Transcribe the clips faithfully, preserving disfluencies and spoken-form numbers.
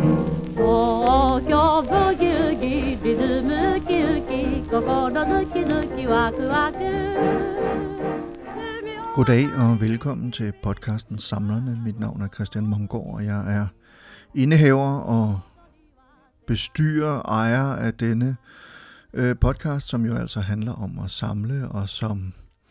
Goddag og velkommen til podcasten Samlerne. Mit navn er Christian Mongård, og jeg er indehaver og bestyrer, ejer af denne øh, podcast, som jo altså handler om at samle, og som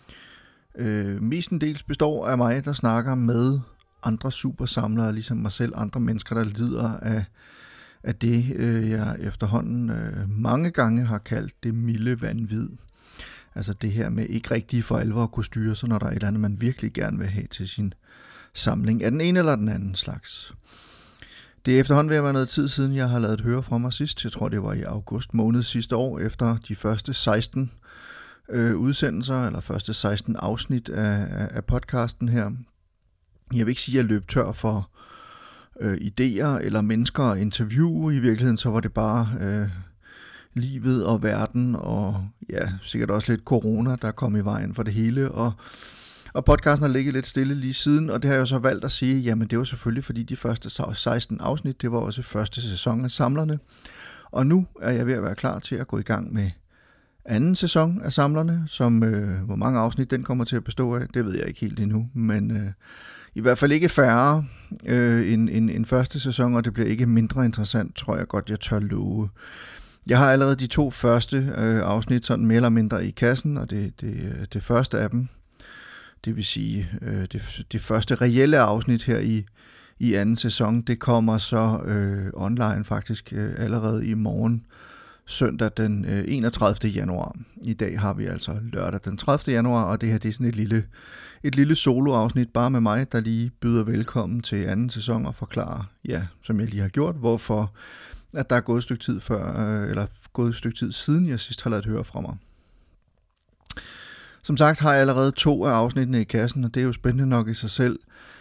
øh, mestendels består af mig, der snakker med andre supersamlere, ligesom mig selv, andre mennesker, der lider af, af det, øh, jeg efterhånden øh, mange gange har kaldt det milde vanvid. Altså det her med ikke rigtig for alvor at kunne styre sig, når der er et eller andet, man virkelig gerne vil have til sin samling af den ene eller den anden slags. Det er efterhånden ved at være noget tid siden, jeg har lavet høre fra mig sidst. Jeg tror, det var i august måned sidste år, efter de første seksten øh, udsendelser, eller første seksten afsnit af, af podcasten her. Jeg vil ikke sige, at jeg løb tør for øh, idéer eller mennesker at interviewe. I virkeligheden så var det bare øh, livet og verden, og ja, sikkert også lidt corona, der kom i vejen for det hele, og Og podcasten har ligget lidt stille lige siden, og det har jeg jo så valgt at sige, jamen det var selvfølgelig, fordi de første seksten afsnit, det var også første sæson af Samlerne. Og nu er jeg ved at være klar til at gå i gang med anden sæson af Samlerne, som øh, hvor mange afsnit den kommer til at bestå af, det ved jeg ikke helt endnu, men øh, i hvert fald ikke færre øh, end, end, end første sæson, og det bliver ikke mindre interessant, tror jeg godt, jeg tør love. Jeg har allerede de to første øh, afsnit sådan mere eller mindre i kassen, og det, det, det første af dem, det vil sige, øh, det, det første reelle afsnit her i, i anden sæson, det kommer så øh, online faktisk øh, allerede i morgen, søndag den øh, enogtredivte januar. I dag har vi altså lørdag den tredivte januar, og det her det er sådan et lille, et lille soloafsnit bare med mig, der lige byder velkommen til anden sæson og forklarer, ja, som jeg lige har gjort, hvorfor at der er gået et stykke tid før, øh, eller gået et stykke tid siden jeg sidst har ladet høre fra mig. Som sagt har jeg allerede to af afsnittene i kassen, og det er jo spændende nok i sig selv.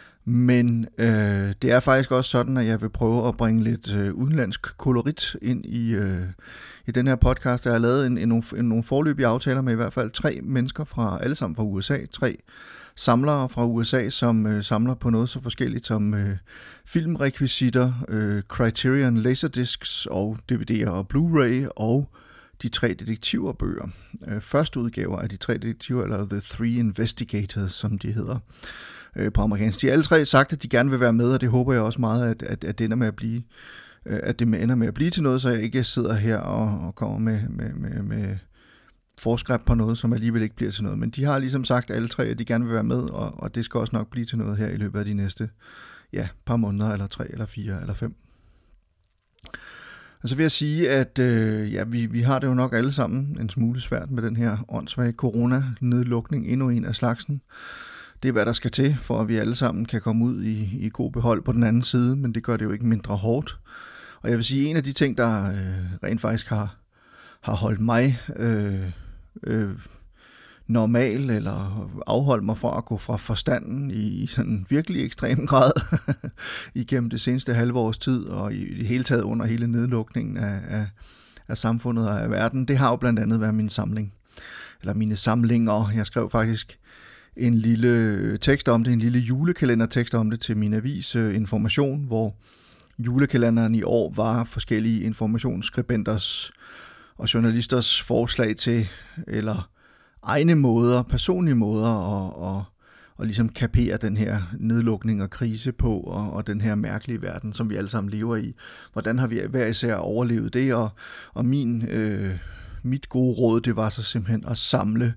Men øh, det er faktisk også sådan, at jeg vil prøve at bringe lidt øh, udenlandsk kolorit ind i, øh, i den her podcast. Jeg har lavet en, en, en, en, nogle forløbige aftaler med i hvert fald tre mennesker, fra alle sammen fra U S A. Tre samlere fra U S A, som øh, samler på noget så forskelligt som øh, filmrekvisitter, øh, Criterion Laserdiscs og D V D'er og Blu-ray og de tre detektiverbøger. Øh, første udgaver af de tre detektiver, eller The Three Investigators, som de hedder øh, på amerikansk. De har alle tre sagt, at de gerne vil være med, og det håber jeg også meget, at, at, at det ender med at blive, øh, at det ender med at blive til noget, så jeg ikke sidder her og, og kommer med, med, med, med forskrift på noget, som alligevel ikke bliver til noget. Men de har ligesom sagt alle tre, at de gerne vil være med, og, og det skal også nok blive til noget her i løbet af de næste ja, par måneder, eller tre, eller fire, eller fem. Og så vil jeg sige, at øh, ja, vi, vi har det jo nok alle sammen en smule svært med den her åndssvage corona-nedlukning, endnu en af slagsen. Det er, hvad der skal til, for at vi alle sammen kan komme ud i, i god behold på den anden side, men det gør det jo ikke mindre hårdt. Og jeg vil sige, en af de ting, der øh, rent faktisk har, har holdt mig øh, øh, normal, eller afholdt mig fra at gå fra forstanden i, i sådan virkelig ekstrem grad igennem det seneste halve års tid, og i det hele taget under hele nedlukningen af, af, af samfundet og af verden, det har jo blandt andet været min samling, eller mine samlinger. Jeg skrev faktisk en lille tekst om det, en lille julekalendertekst om det til min avis Information, hvor julekalenderen i år var forskellige informationsskribenters og journalisters forslag til, eller egne måder, personlige måder at, at, at ligesom kapere den her nedlukning og krise på, og, og den her mærkelige verden, som vi alle sammen lever i. Hvordan har vi hver især overlevet det, og, og min, øh, mit gode råd, det var så simpelthen at samle,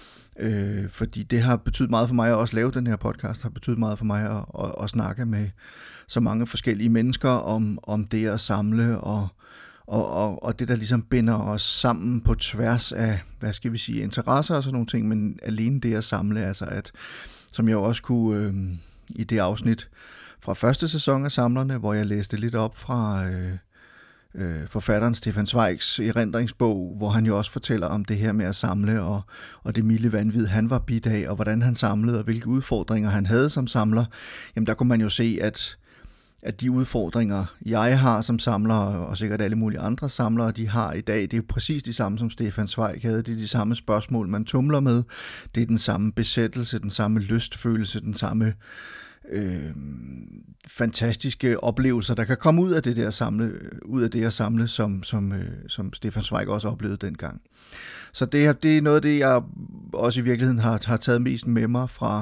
øh, fordi det har betydet meget for mig at også lave den her podcast, har betydet meget for mig at, at, at snakke med så mange forskellige mennesker om, om det at samle, og Og, og, og det, der ligesom binder os sammen på tværs af, hvad skal vi sige, interesser og sådan nogle ting, men alene det at samle, altså at, som jeg også kunne øh, i det afsnit fra første sæson af Samlerne, hvor jeg læste lidt op fra øh, øh, forfatteren Stefan Zweigs erindringsbog, hvor han jo også fortæller om det her med at samle, og, og det milde vanvid, han var bidt af, og hvordan han samlede, og hvilke udfordringer han havde som samler. Jamen der kunne man jo se, at at de udfordringer, jeg har som samler, og sikkert alle mulige andre samlere, de har i dag, det er præcis de samme, som Stefan Zweig havde. Det er de samme spørgsmål, man tumler med. Det er den samme besættelse, den samme lystfølelse, den samme øh, fantastiske oplevelser, der kan komme ud af det der samle, ud af det at samle, som, som, øh, som Stefan Zweig også oplevede dengang. Så det, det er noget af det, jeg også i virkeligheden har, har taget mest med mig fra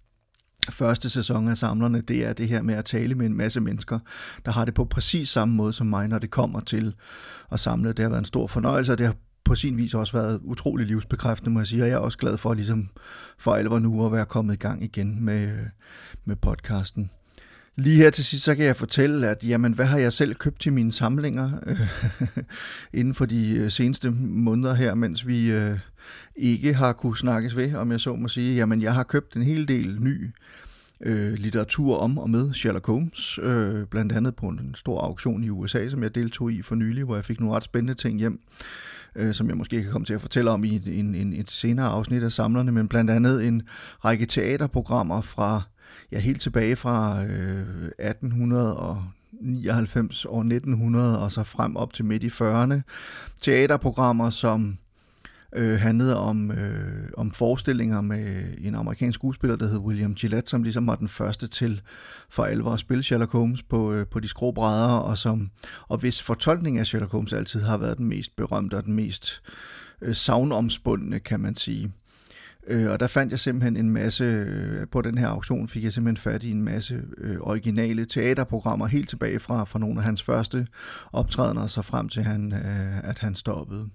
første sæson af Samlerne. Det er det her med at tale med en masse mennesker, der har det på præcis samme måde som mig, når det kommer til at samle. Det har været en stor fornøjelse, og det har på sin vis også været utrolig livsbekræftende, må jeg sige, og jeg er også glad for, ligesom for alvor nu at være kommet i gang igen med, med podcasten. Lige her til sidst, så kan jeg fortælle, at jamen, hvad har jeg selv købt til mine samlinger øh, inden for de seneste måneder her, mens vi øh, ikke har kunne snakkes ved, om jeg så må sige. Jamen, jeg har købt en hel del ny øh, litteratur om og med Sherlock Holmes, øh, blandt andet på en stor auktion i U S A, som jeg deltog i for nylig, hvor jeg fik nogle ret spændende ting hjem, øh, som jeg måske kan komme til at fortælle om i en, en, et senere afsnit af Samlerne, men blandt andet en række teaterprogrammer fra ja, helt tilbage fra øh, atten nioghalvfems og nitten hundrede og så frem op til midt i fyrrerne. Teaterprogrammer, som øh, handlede om, øh, om forestillinger med en amerikansk skuespiller, der hed William Gillette, som ligesom var den første til for alvor at spille Sherlock Holmes på, øh, på de skrå brædder, og, som, og hvis fortolkning af Sherlock Holmes altid har været den mest berømte og den mest øh, sagnomspundne, kan man sige. Og der fandt jeg simpelthen en masse, på den her auktion fik jeg simpelthen fat i en masse øh, originale teaterprogrammer, helt tilbage fra, fra nogle af hans første optrædener, så frem til, han, øh, at han stoppede.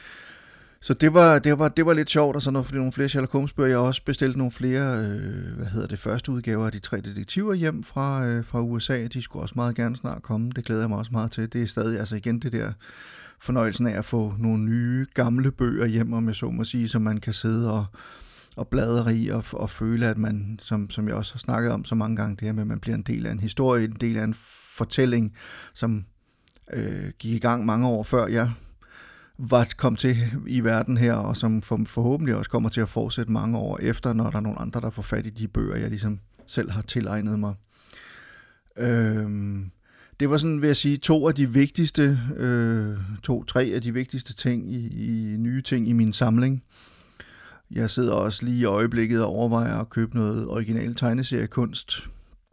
Så det var, det var, det var lidt sjovt, og så nogle, nogle flere Sherlock Holmes-bøger. Jeg har også bestilt nogle flere, øh, hvad hedder det, første udgaver af de tre detektiver hjem fra, øh, fra U S A. De skulle også meget gerne snart komme, det glæder jeg mig også meget til. Det er stadig, altså igen det der fornøjelsen af at få nogle nye, gamle bøger hjem, om jeg så må sige, så man kan sidde og, og bladre i og, og føle, at man, som, som jeg også har snakket om så mange gange, det her med, at man bliver en del af en historie, en del af en fortælling, som øh, gik i gang mange år før jeg var kom til i verden her, og som for, forhåbentlig også kommer til at fortsætte mange år efter, når der er nogle andre, der får fat i de bøger, jeg ligesom selv har tilegnet mig. Øhm, Det var sådan, vil jeg sige, to af de vigtigste, øh, to, tre af de vigtigste ting i, i nye ting i min samling. Jeg sidder også lige i øjeblikket og overvejer at købe noget original tegneseriekunst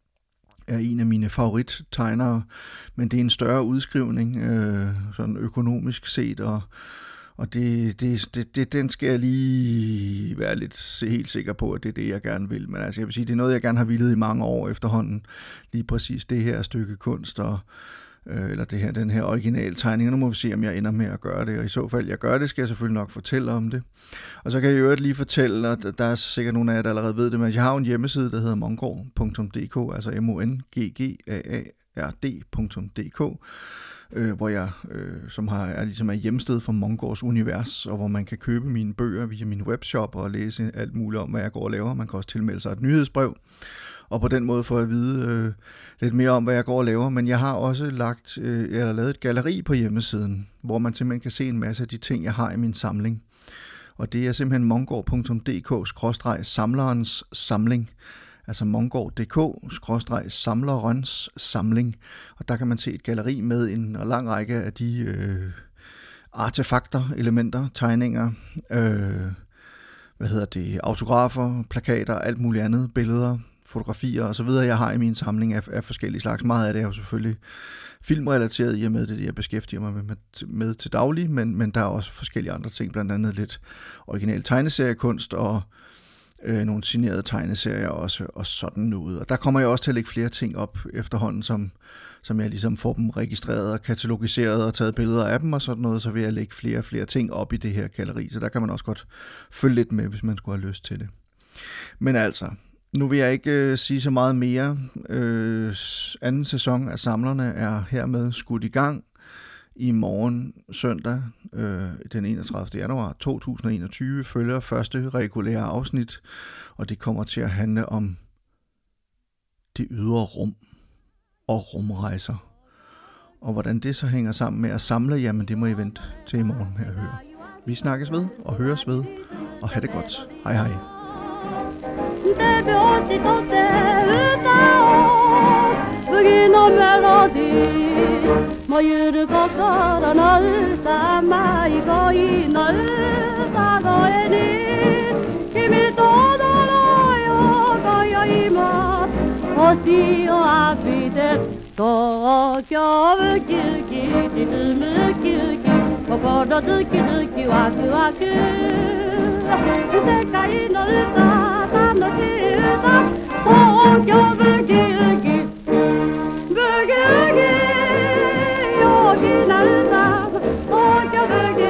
af en af mine favorittegnere, men det er en større udskrivning, øh, sådan økonomisk set, og, og det, det, det, det, den skal jeg lige være lidt helt sikker på, at det er det, jeg gerne vil. Men altså, jeg vil sige, det er noget, jeg gerne har villet i mange år efterhånden, lige præcis det her stykke kunst, og, øh, eller det her, den her original tegning. Nu må vi se, om jeg ender med at gøre det, og i så fald, jeg gør det, skal jeg selvfølgelig nok fortælle om det. Og så kan jeg jo lige fortælle, at der er sikkert nogle af jer, der allerede ved det, men jeg har en hjemmeside, der hedder mongård punktum d k, altså m o n g g a a r d punktum d k, øh, hvor jeg, øh, som har, er ligesom er hjemsted for Mongårds univers, og hvor man kan købe mine bøger via min webshop og læse alt muligt om, hvad jeg går og laver. Man kan også tilmelde sig et nyhedsbrev, og på den måde får jeg at vide øh, lidt mere om, hvad jeg går og laver. Men jeg har også lagt, øh, eller lavet et galleri på hjemmesiden, hvor man simpelthen kan se en masse af de ting, jeg har i min samling. Og det er simpelthen mongård punktum d k skråstreg samlerens samling. Altså mongård punktum d k skråstreg samlerens samling. Og der kan man se et galleri med en lang række af de øh, artefakter, elementer, tegninger, øh, hvad hedder det, autografer, plakater, alt muligt andet, billeder, fotografier osv., jeg har i min samling af, af forskellige slags. Meget af det er jo selvfølgelig filmrelateret, i og med det, jeg beskæftiger mig med, med, med til daglig, men, men der er også forskellige andre ting, blandt andet lidt original tegneseriekunst og øh, nogle signerede tegneserier også, og sådan noget. Og der kommer jeg også til at lægge flere ting op efterhånden, som, som jeg ligesom får dem registreret og katalogiseret og taget billeder af dem og sådan noget, så vil jeg lægge flere og flere ting op i det her galleri, så der kan man også godt følge lidt med, hvis man skulle have lyst til det. Men altså, nu vil jeg ikke øh, sige så meget mere. Øh, anden sæson af Samlerne er hermed skudt i gang i morgen søndag, øh, den enogtredivte januar to tusind og enogtyve, følger første regulære afsnit, og det kommer til at handle om det ydre rum og rumrejser. Og hvordan det så hænger sammen med at samle, jamen det må I vente til i morgen med at høre. Vi snakkes ved og høres ved, og have det godt. Hej hej. 手拍子取って歌おう次のメロディー燃ゆる心の歌舞恋の歌声に君と踊ろうよ今宵も星を浴びて東京ウキウキリズムウキウキ心ズキズキワクワク世界の歌楽しい歌東京ブギウギブギウギ陽気な歌東京ブギ